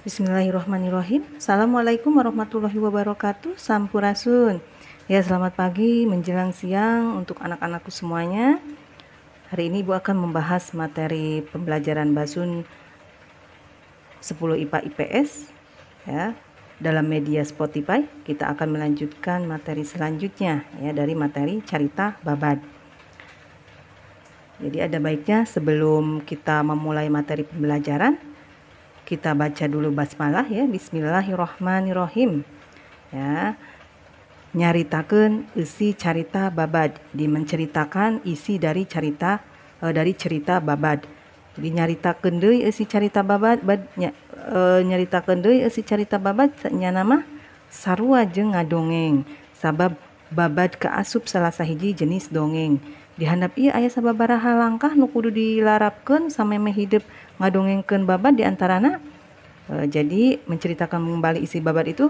Bismillahirrahmanirrahim. Assalamualaikum warahmatullahi wabarakatuh. Sampurasun. Ya, selamat pagi menjelang siang untuk anak-anakku semuanya. Hari ini Ibu akan membahas materi pembelajaran Basun 10 IPA IPS ya. Dalam media Spotify, kita akan melanjutkan materi selanjutnya ya dari materi Carita Babad. Jadi ada baiknya sebelum kita memulai materi pembelajaran, kita baca dulu basmalah ya. Bismillahirrahmanirrahim. Ya. Nyaritakeun isi carita babad, menceritakan isi dari cerita babad. Jadi nyaritakeun deui isi carita babad, nyaritakeun deui isi carita babad nya nama sarua jeung ngadongeng. Sabab babad kaasup salah sahiji jenis dongeng. Di handap ieu aya sababaraha langkah nu kudu dilarapkeun sameme hideuk ngadongengkeun babad di antarana. Jadi menceritakan kembali isi babad itu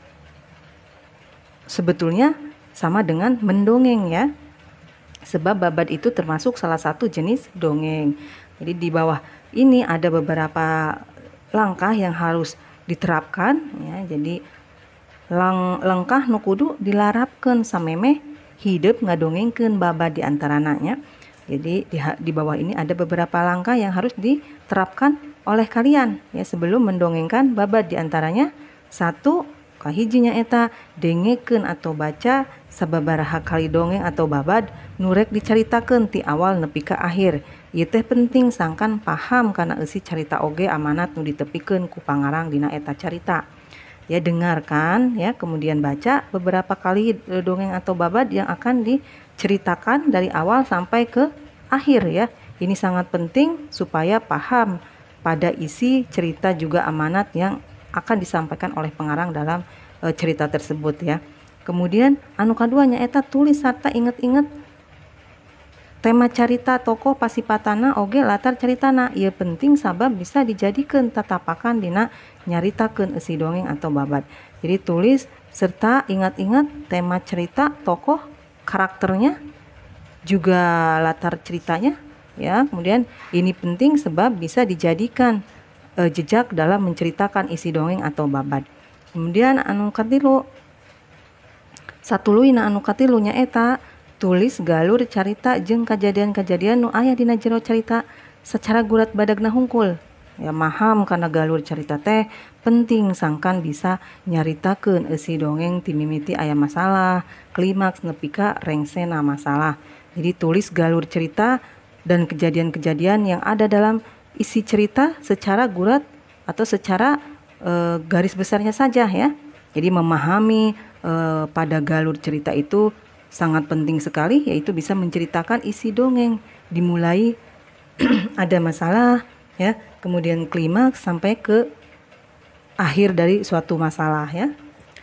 sebetulnya sama dengan mendongeng ya. Sebab babad itu termasuk salah satu jenis dongeng. Jadi di bawah ini ada beberapa langkah yang harus diterapkan ya. Jadi langkah nu kudu dilarapkeun sameme hideuk ngadongengkeun babad di antarana nya. Jadi di bawah ini ada beberapa langkah yang harus diterapkan oleh kalian ya sebelum mendongengkan babad. Di antaranya 1, kahijinya eta dengekeun atau baca sababaraha kali dongeng atau babad nu rek dicaritakeun ti awal nepi ka akhir. Ieu teh penting sangkan paham kana eusi carita oge amanat nu ditepikeun ku pangarang dina eta carita. Ya, dengarkan ya, kemudian baca beberapa kali dongeng atau babad yang akan diceritakan dari awal sampai ke akhir ya. Ini sangat penting supaya paham pada isi cerita juga amanat yang akan disampaikan oleh pengarang dalam cerita tersebut ya. Kemudian anu kaduanya eta tulis serta inget-inget tema carita tokoh pasipatana oge latar caritana. Ieu penting sabab bisa dijadikeun tatapakan dina nyaritakeun isi dongeng atau babad. Jadi tulis serta ingat-ingat tema cerita, tokoh, karakternya, juga latar ceritanya ya. Kemudian ini penting sebab bisa dijadikan jejak dalam menceritakan isi dongeng atau babad. Kemudian anu katilu, satuluy na anu katilu nyaeta tulis galur carita jeung kajadian-kajadian nu aya dina jero carita secara gurat badagna hungkul. Ya, maham kana galur carita teh penting sangkan bisa nyaritakeun eusi dongeng ti mimiti aya masalah, klimaks nepi ka rengsena masalah. Jadi tulis galur cerita dan kejadian-kejadian yang ada dalam isi cerita secara gurat atau secara garis besarnya saja ya. Jadi memahami pada galur cerita itu sangat penting sekali, yaitu bisa menceritakan isi dongeng dimulai ada masalah ya, kemudian klimaks sampai ke akhir dari suatu masalah ya.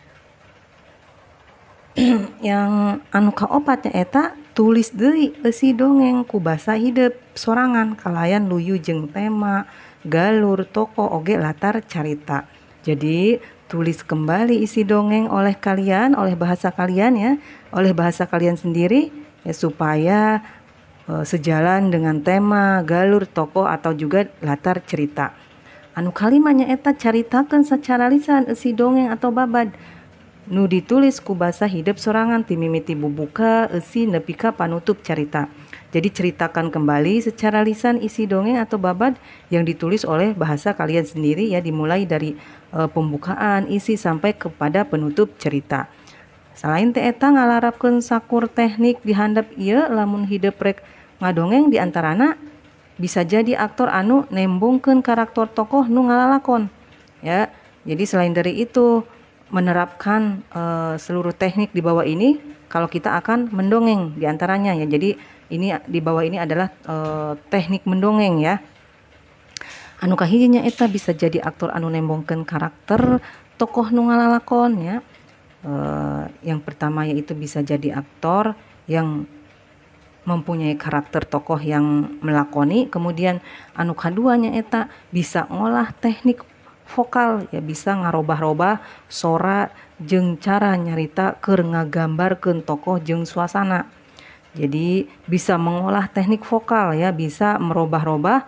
Yang anu kaopat eta tulis deui eusi dongeng ku basa hideup sorangan kalayan luyu jeung tema, galur, tokoh oge latar carita. Jadi tulis kembali isi dongeng oleh kalian, oleh bahasa kalian ya, oleh bahasa kalian sendiri ya, supaya sejalan dengan tema, galur, tokoh atau juga latar cerita. Anu kalimanya eta caritakeun secara lisan isi dongeng atau babad nu ditulis ku basa hideup sorangan ti mimiti bubuka eusi nepi ka panutup carita. Jadi ceritakan kembali secara lisan isi dongeng atau babad yang ditulis oleh bahasa kalian sendiri ya, dimulai dari pembukaan, isi sampai kepada penutup cerita. Selain teh eta ngalarapkeun sakur teknik di handap ieu lamun hideup rek ngadongeng, di antarana bisa jadi aktor anu nembungkeun karakter tokoh nu ngalalakon ya. Jadi selain dari itu menerapkan seluruh teknik di bawah ini kalau kita akan mendongeng di antaranya ya. Jadi ini di bawah ini adalah teknik mendongeng ya. Anu kahijinya eta bisa jadi aktor anu nembongkeun karakter tokoh nu ngalalakon ya. Yang pertama yaitu bisa jadi aktor yang mempunyai karakter tokoh yang melakoni. Kemudian anu kaduanya eta bisa ngolah teknik vokal ya, bisa ngarobah-robah sora jeung cara nyarita keur ngagambarkeun tokoh jeung suasana. Jadi bisa mengolah teknik vokal ya, bisa merubah-robah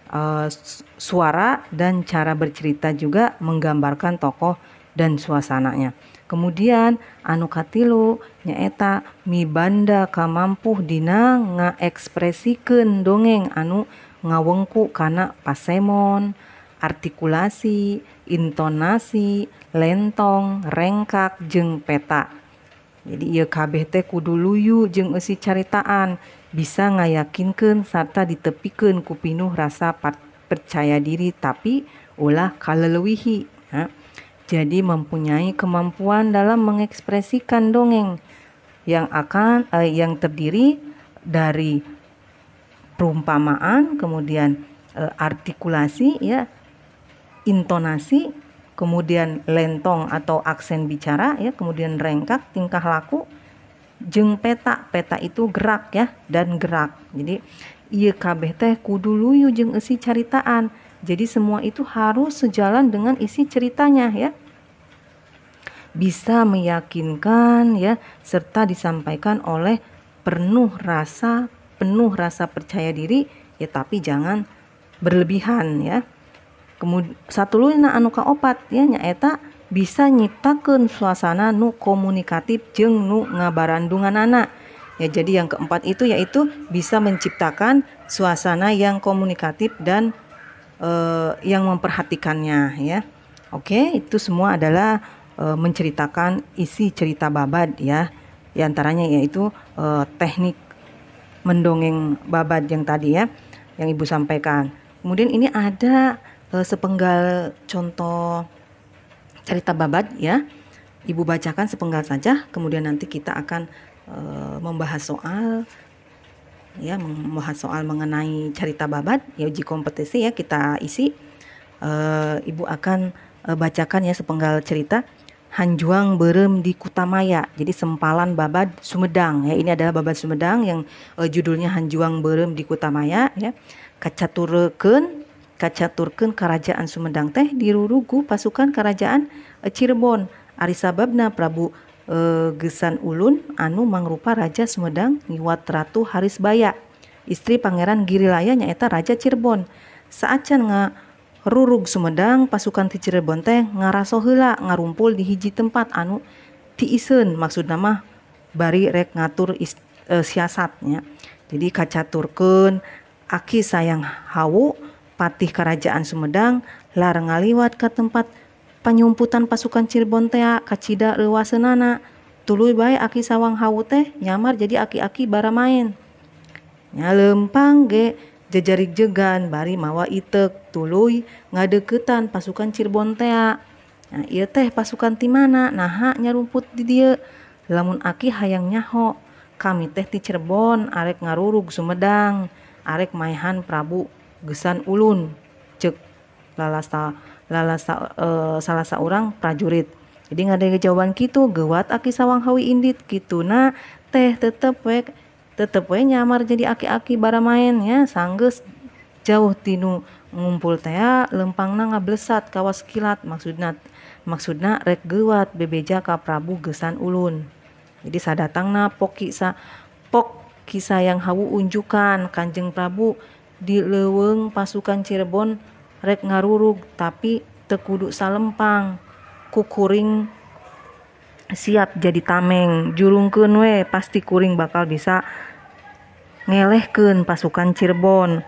suara dan cara bercerita juga menggambarkan tokoh dan suasananya. Kemudian anu katilu nyaeta mibanda kamampuh dina ngaekspresikeun dongeng anu ngawengku kana pasemon, artikulasi, intonasi, lentong, rengkak, jeung peta. Jadi ieu kabeh teh kudu luyu jeung eusi caritaan, bisa ngayakinkeun sarta ditepikeun ku pinuh rasa percaya diri tapi ulah kaleuwihi. Jadi mempunyai kemampuan dalam mengekspresikan dongeng yang terdiri dari perumpamaan, kemudian artikulasi ya, intonasi, kemudian lentong atau aksen bicara ya, kemudian rengkak tingkah laku, jeung peta. Peta itu gerak ya, dan gerak. Jadi ieu kabeh teh kudu luyu jeung isi caritaan. Jadi semua itu harus sejalan dengan isi ceritanya ya. Bisa meyakinkan ya, serta disampaikan oleh penuh rasa percaya diri ya, tapi jangan berlebihan ya. Kemudian satuluyna anu kaopat ya nyaeta bisa nyiptakeun suasana nu komunikatif jeung nu ngabarandunganana. Ya, jadi yang keempat itu yaitu bisa menciptakan suasana yang komunikatif dan yang memperhatikannya ya. Oke, itu semua adalah menceritakan isi cerita babad ya. Di antaranya yaitu teknik mendongeng babad yang tadi ya, yang Ibu sampaikan. Kemudian ini ada sepenggal contoh cerita babad ya. Ibu bacakan sepenggal saja, kemudian nanti kita akan membahas soal mengenai cerita babad ya, uji kompetisi ya, kita isi. Ibu akan bacakan ya sepenggal cerita Hanjuang Beureum di Kutamaya. Jadi sempalan babad Sumedang ya. Ini adalah babad Sumedang yang judulnya Hanjuang Beureum di Kutamaya ya. Kacaturkeun kerajaan Sumedang teh dirurugu pasukan kerajaan Cirebon. Ari sababna Prabu Gesan Ulun anu mangrupa Raja Sumedang ngiwat Ratu Harisbaya, istri Pangeran Girilaya nyaeta Raja Cirebon. Saacan ngarurug Sumedang, pasukan ti Cirebon teh ngaraso heula ngarumpul di hiji tempat anu tiiseun, maksudna mah bari rek ngatur siasatnya. Jadi kacaturkeun Aki Sayang Hawu patih kerajaan Sumedang lar ngaliwat ka tempat panyumputan pasukan Cirebon teh kacida leuwaseunana. Tuluy bae Aki Sawang Hawu teh nyamar jadi aki-aki bara main. Nya leumpang ge jejarig jegan bari mawa iteuk tuluy ngadeuketan pasukan Cirebon teh. Nah, ieu teh pasukan ti mana? Naha nyarumput di dieu? Lamun Aki hayang nyaho, kami teh ti Cirebon arek ngarurug Sumedang, arek maehan Prabu Gesan Ulun, ceuk salah saurang prajurit. Jadi ngadege jawaban kitu, geuwat Aki Sawang Hawi Indit, kituna teh tetep we nyamar jadi aki-aki bara main ya, sanggeus jauh tinu ngumpul teh lempangna ngablesat kawas kilat, maksudna rek geuwat bebeja ka Prabu Gesan Ulun. Jadi sadatangna Pok Ki Sayang Hawu unjukan Kanjeng Prabu di leuweung pasukan Cirebon rek ngarurug, tapi teu kudu salempang, ku kuring siap jadi tameng, julungkeun we pasti kuring bakal bisa ngelehkeun pasukan Cirebon.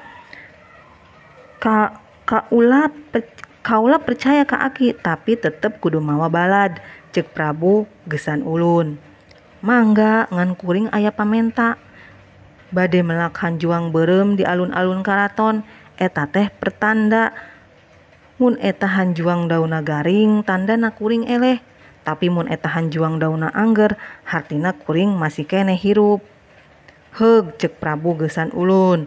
Kaula percaya ka Aki, tapi tetep kudu mawa balad, ceuk Prabu Gesan Ulun. Mangga ngan kuring aya pamenta bade melak Hanjuang Beureum di alun-alun karaton. Eta teh pertanda mun eta hanjuang dauna garing tandana kuring eleh, tapi mun eta hanjuang dauna angger hartina kuring masih keneh hirup. Heug ceuk Prabu Gesan Ulun.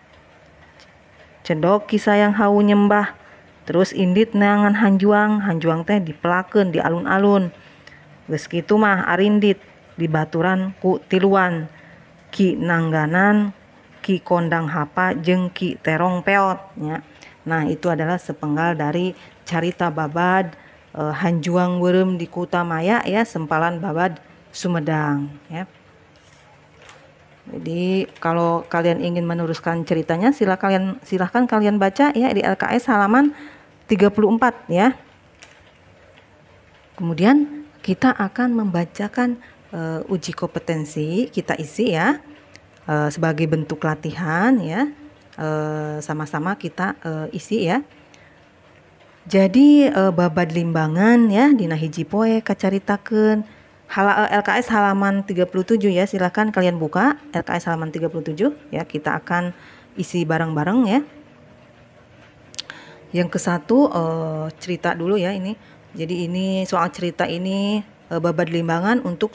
Cedok Ki Sayang Hawu nyembah, terus indit neangan hanjuang teh dipelakeun di alun-alun. Geus kitu mah arindit dibaturan ku tiluan, Ki Nangganan, Ki Kondang Hapa, jeung Ki Terong Peot nya. Nah, itu adalah sepenggal dari carita babad Hanjuang Beureum di Kutamaya ya, sempalan babad Sumedang ya. Jadi kalau kalian ingin meneruskan ceritanya silahkan kalian baca ya di LKS halaman 34 ya. Kemudian kita akan membacakan uji kompetensi, kita isi ya sebagai bentuk latihan ya. Sama-sama kita isi ya. Jadi babad limbangan ya dina hiji poe kacaritakeun LKS halaman 37 ya, silakan kalian buka LKS halaman 37 ya, kita akan isi bareng-bareng ya. Yang ke satu cerita dulu ya ini. Jadi ini soal cerita ini babad limbangan untuk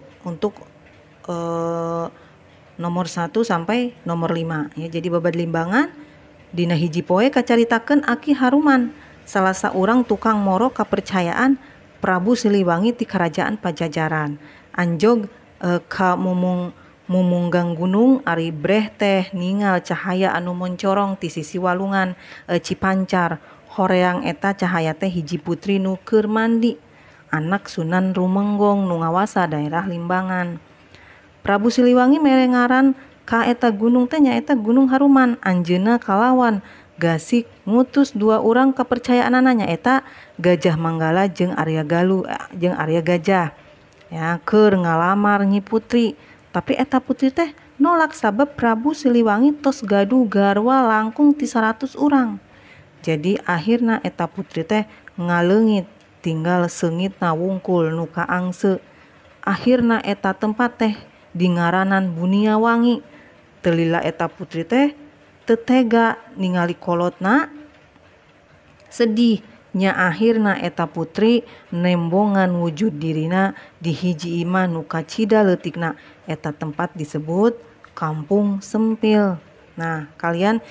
nomor 1 sampai nomor 5 ya. Jadi babad limbangan dina hiji poe kacaritakeun Aki Haruman, salah saurang tukang moro kepercayaan Prabu Siliwangi ti Kerajaan Pajajaran. Anjog ka mumunggang gunung ari breh teh ningal cahaya anu moncorong ti sisi walungan Cipancar. Horeang eta cahaya teh hiji putri nu keur mandi, anak Sunan Rumenggong nu ngawasa daerah Limbangan. Prabu Siliwangi mere ngaran ka eta gunung teh nyaeta Gunung Haruman. Anjeunna kalawan gasik ngutus 2 urang kepercayaanana nyaeta Gajah Manggala jeung Arya Gajah ya keur ngalamar Nyi Putri. Tapi eta putri teh nolak sabab Prabu Siliwangi tos gaduh garwa langkung ti 100 urang. Jadi akhirna eta putri teh ngaleungit tinggal seungitna wungkul nu kaangse. Akhirna eta tempat teh dingaranan Buniawangi. Telila eta putri teh teu tega ningali kolotna, sedih nya akhirna eta putri nembongan wujud dirina di hiji imah nu kacida leutikna. Eta tempat disebut Kampung Sempil. Nah, kalian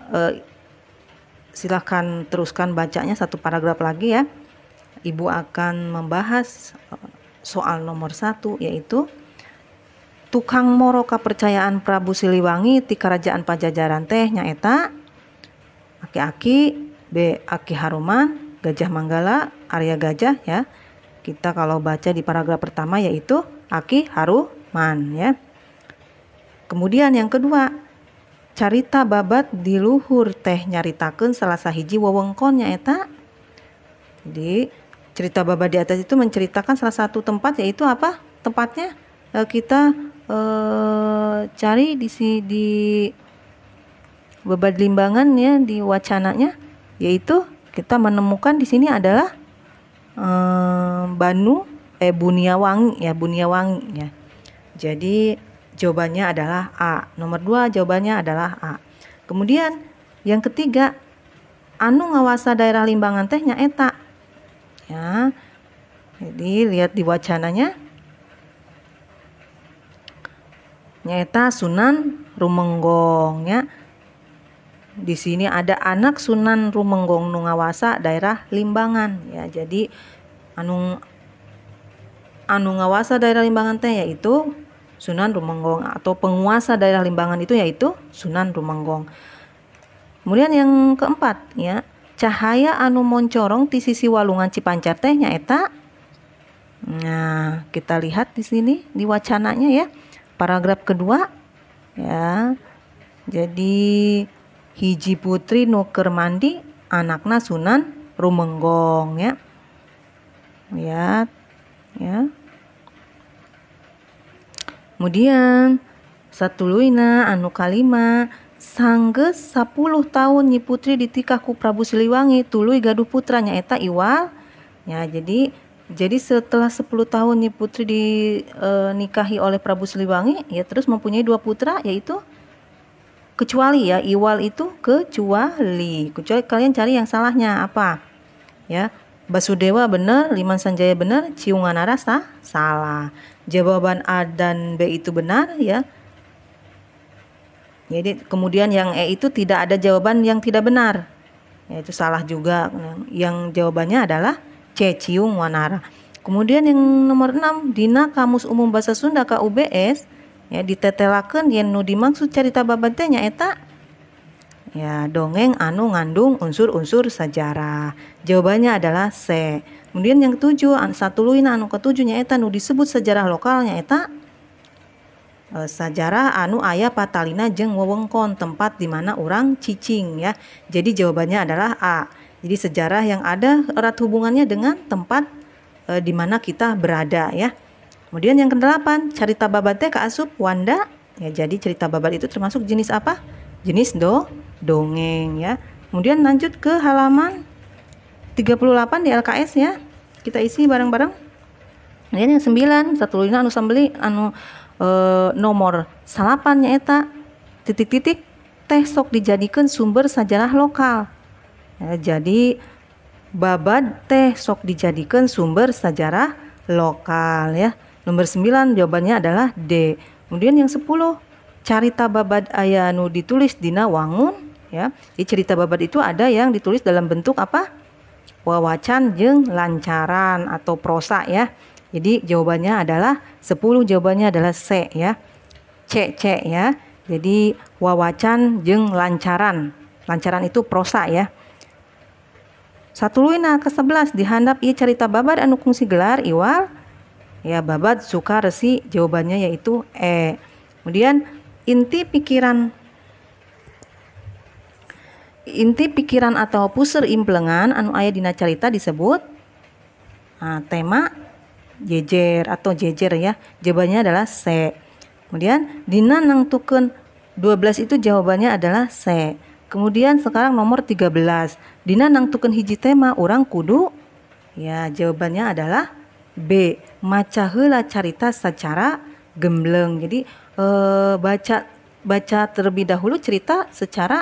silahkan teruskan bacanya satu paragraf lagi ya. Ibu akan membahas soal nomor 1 yaitu tukang moro kepercayaan Prabu Siliwangi ti Kerajaan Pajajaran teh nyaeta Aki-Aki, Aki Haruman, Gajah Manggala, Arya Gajah ya. Kita kalau baca di paragraf pertama yaitu Aki Haruman ya. Kemudian yang kedua, carita babat di luhur teh nyaritakeun salah sahiji wewengkon nyaeta. Jadi cerita babat di atas itu menceritakan salah satu tempat, yaitu apa tempatnya? Kita cari di babad limbangan ya, di wacananya, yaitu kita menemukan di sini adalah Buniawangi ya. Jadi jawabannya adalah A. Nomor 2 jawabannya adalah A. Kemudian yang ketiga, anu ngawasa daerah Limbangan teh nyaeta. Ya. Jadi lihat di wacananya. Nyaeta Sunan Rumenggong ya. Di sini ada anak Sunan Rumenggong nu ngawasa daerah Limbangan ya. Jadi anu ngawasa daerah Limbangan teh yaitu Sunan Rumenggong, atau penguasa daerah Limbangan itu yaitu Sunan Rumenggong. Kemudian yang keempat ya, cahaya anu moncorong di sisi walungan Cipancar teh nyaeta. Nah, kita lihat di sini di wacananya ya. Paragraf kedua ya. Jadi hiji putri nu keur mandi anakna Sunan Rumenggong ya. Lihat ya. Kemudian satuluina anu kalima, sanggeus 10 tahun Nyi Putri ditikah ku Prabu Siliwangi tuluy gaduh putra nyaeta Iwal. Ya, jadi setelah 10 tahun Nyi Putri dinikahi oleh Prabu Siliwangi ya, terus mempunyai 2 putra yaitu kecuali ya, Iwal itu kecuali kalian cari yang salahnya apa ya. Basudewa benar, Liman Sanjaya benar, Ciunganara salah. Jawaban A dan B itu benar ya. Jadi kemudian yang E itu tidak ada jawaban yang tidak benar. Ya, itu salah juga. Yang jawabannya adalah C, Ciungwanara. Kemudian yang nomor 6, dina Kamus Umum Bahasa Sunda KUBS ya ditetelakeun yen nu dimaksud carita babat teh nyaeta ya dongeng anu ngandung unsur-unsur sejarah. Jawabannya adalah C. Kemudian yang ketujuh, satuluina anu ketujuh nyaeta nu disebut sejarah lokal nyaeta Sajarah anu aya patalina jeung wewengkon tempat di mana orang cicing ya. Jadi jawabannya adalah A. Jadi sejarah yang ada erat hubungannya dengan tempat di mana kita berada ya. Kemudian yang ke-8, carita babat teh kaasup Wanda. Ya, jadi cerita babat itu termasuk jenis apa? Jenis dongeng ya. Kemudian lanjut ke halaman 38 di LKS ya. Kita isi bareng-bareng. Kemudian yang 9, satuluyna anu sambeli anu nomor 8 nyaeta titik-titik teh sok dijadikeun sumber sajarah lokal. Ya, jadi babad teh sok dijadikeun sumber sajarah lokal ya. Nomor 9 jawabannya adalah D. Kemudian yang 10, carita babad aya anu ditulis dina wangun ya. Jadi cerita babad itu ada yang ditulis dalam bentuk apa? Wawacan jeung lancaran atau prosa ya. Jadi jawabannya adalah 10, jawabannya adalah C ya. C ya. Jadi wawacan jeung lancaran. Lancaran itu prosa ya. Satuluyna ke-11 dihandap ieu carita babad anu kungsi gelar iwal ya babad suka resi, jawabannya yaitu E. Kemudian inti pikiran atau puseur implengan anu aya dina carita disebut tema jejer atau jejer ya. Jawabannya adalah C. Kemudian dina nangtukeun 12 itu jawabannya adalah C. Kemudian sekarang nomor 13. Dina nangtukeun hiji tema urang kudu ya, jawabannya adalah B. Maca heula carita secara gembleng. Jadi baca terlebih dahulu cerita secara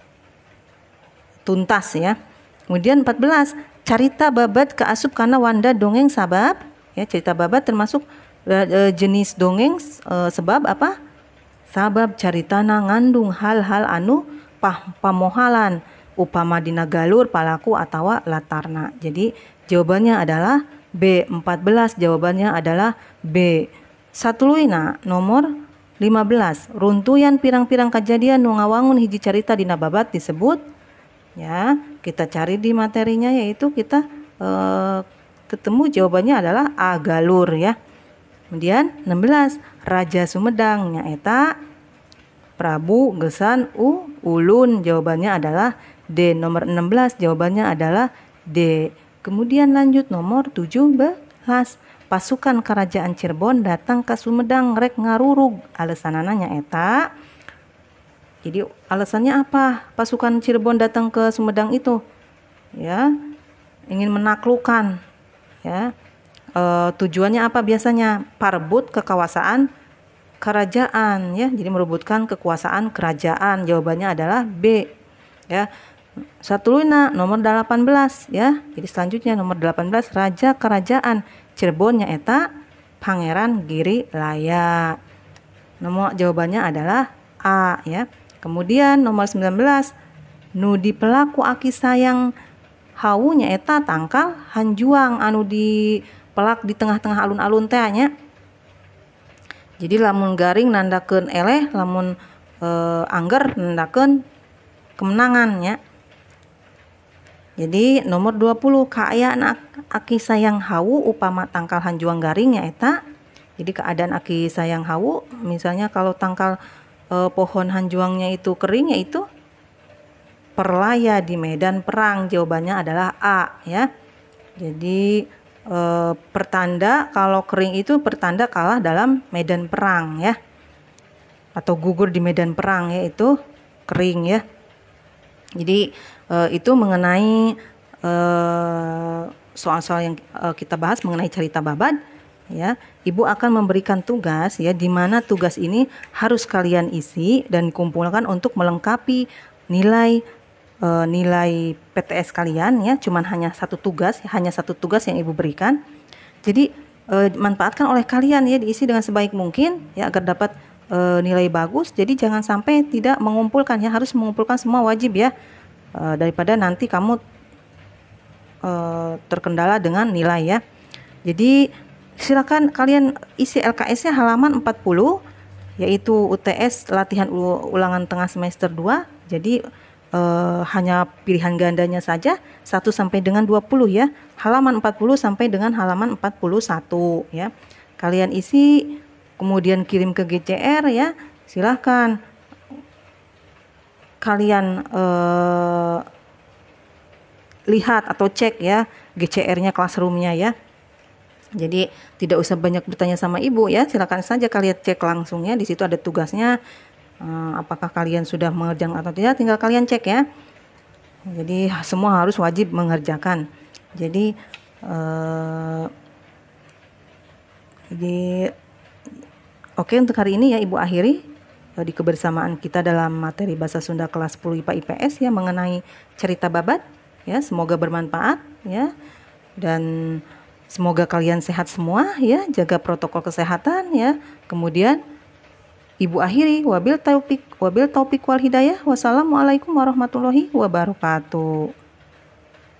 tuntas ya. Kemudian 14, carita babad kaasup kana Wanda dongeng sabab ya. Cerita babad termasuk jenis dongeng sebab apa? Sabab caritana ngandung hal-hal anu pamohalan upama dina galur palaku atawa latarna. Jadi jawabannya adalah B. 14 jawabannya adalah B. Satuluyna nomor 15, runtuyan pirang-pirang kajadian nu ngawangun hiji carita dina babad disebut ya. Kita cari di materinya yaitu kita ketemu jawabannya adalah A. Galur ya. Kemudian 16, Raja Sumedang nyaeta Prabu Gesan Ulun, jawabannya adalah D. Nomor 16 jawabannya adalah D. Kemudian lanjut nomor 17, pasukan kerajaan Cirebon datang ke Sumedang rek ngarurug, alesanana nyaeta. Jadi alasannya apa pasukan Cirebon datang ke Sumedang itu? Ya, ingin menaklukkan ya. Tujuannya apa biasanya? Parebut kekuasaan kerajaan ya. Jadi merebutkan kekuasaan kerajaan. Jawabannya adalah B ya. Satuluyna nomor 18 ya. Jadi selanjutnya nomor 18, raja kerajaan Cirebon nyaeta Pangeran Giri Laya. Nomor jawabannya adalah A ya. Kemudian nomor 19, nu dipelaku aki sayang hawu nyaeta tangkal hanjuang anu dipelak di tengah-tengah alun-alun teh nya. Jadi lamun garing nandakeun eleh, lamun angger nandakeun kemenangan ya. Jadi nomor 20, kaayaan aki sayang hawu upama tangkal hanjuang garing nyaeta. Jadi keadaan aki sayang hawu misalnya kalau tangkal pohon hanjuangnya itu kering yaitu perlaya di medan perang, jawabannya adalah A ya. Jadi pertanda kalau kering itu pertanda kalah dalam medan perang ya, atau gugur di medan perang yaitu kering ya. Jadi itu mengenai soal-soal yang kita bahas mengenai carita babad ya. Ibu akan memberikan tugas ya, di mana tugas ini harus kalian isi dan kumpulkan untuk melengkapi nilai PTS kalian ya. Cuman hanya satu tugas yang ibu berikan. Jadi manfaatkan oleh kalian ya, diisi dengan sebaik mungkin ya agar dapat nilai bagus. Jadi jangan sampai tidak mengumpulkan ya, harus mengumpulkan semua, wajib ya, daripada nanti kamu terkendala dengan nilai ya. Jadi silakan kalian isi LKS-nya halaman 40 yaitu UTS latihan ulangan tengah semester 2. Jadi hanya pilihan gandanya saja 1 sampai dengan 20 ya. Halaman 40 sampai dengan halaman 41 ya. Kalian isi kemudian kirim ke GCR ya, silahkan kalian lihat atau cek ya GCR-nya, classroom-nya ya. Jadi tidak usah banyak bertanya sama ibu ya, silakan saja kalian cek langsung ya. Di situ ada tugasnya, apakah kalian sudah mengerjakan atau tidak, tinggal kalian cek ya. Jadi semua harus wajib mengerjakan. Jadi oke, untuk hari ini ya Ibu akhiri di kebersamaan kita dalam materi Bahasa Sunda kelas 10 IPA IPS ya, mengenai cerita babat ya. Semoga bermanfaat ya, dan semoga kalian sehat semua ya, jaga protokol kesehatan ya. Kemudian Ibu akhiri, wabil taufik wal hidayah. Wassalamualaikum warahmatullahi wabarakatuh.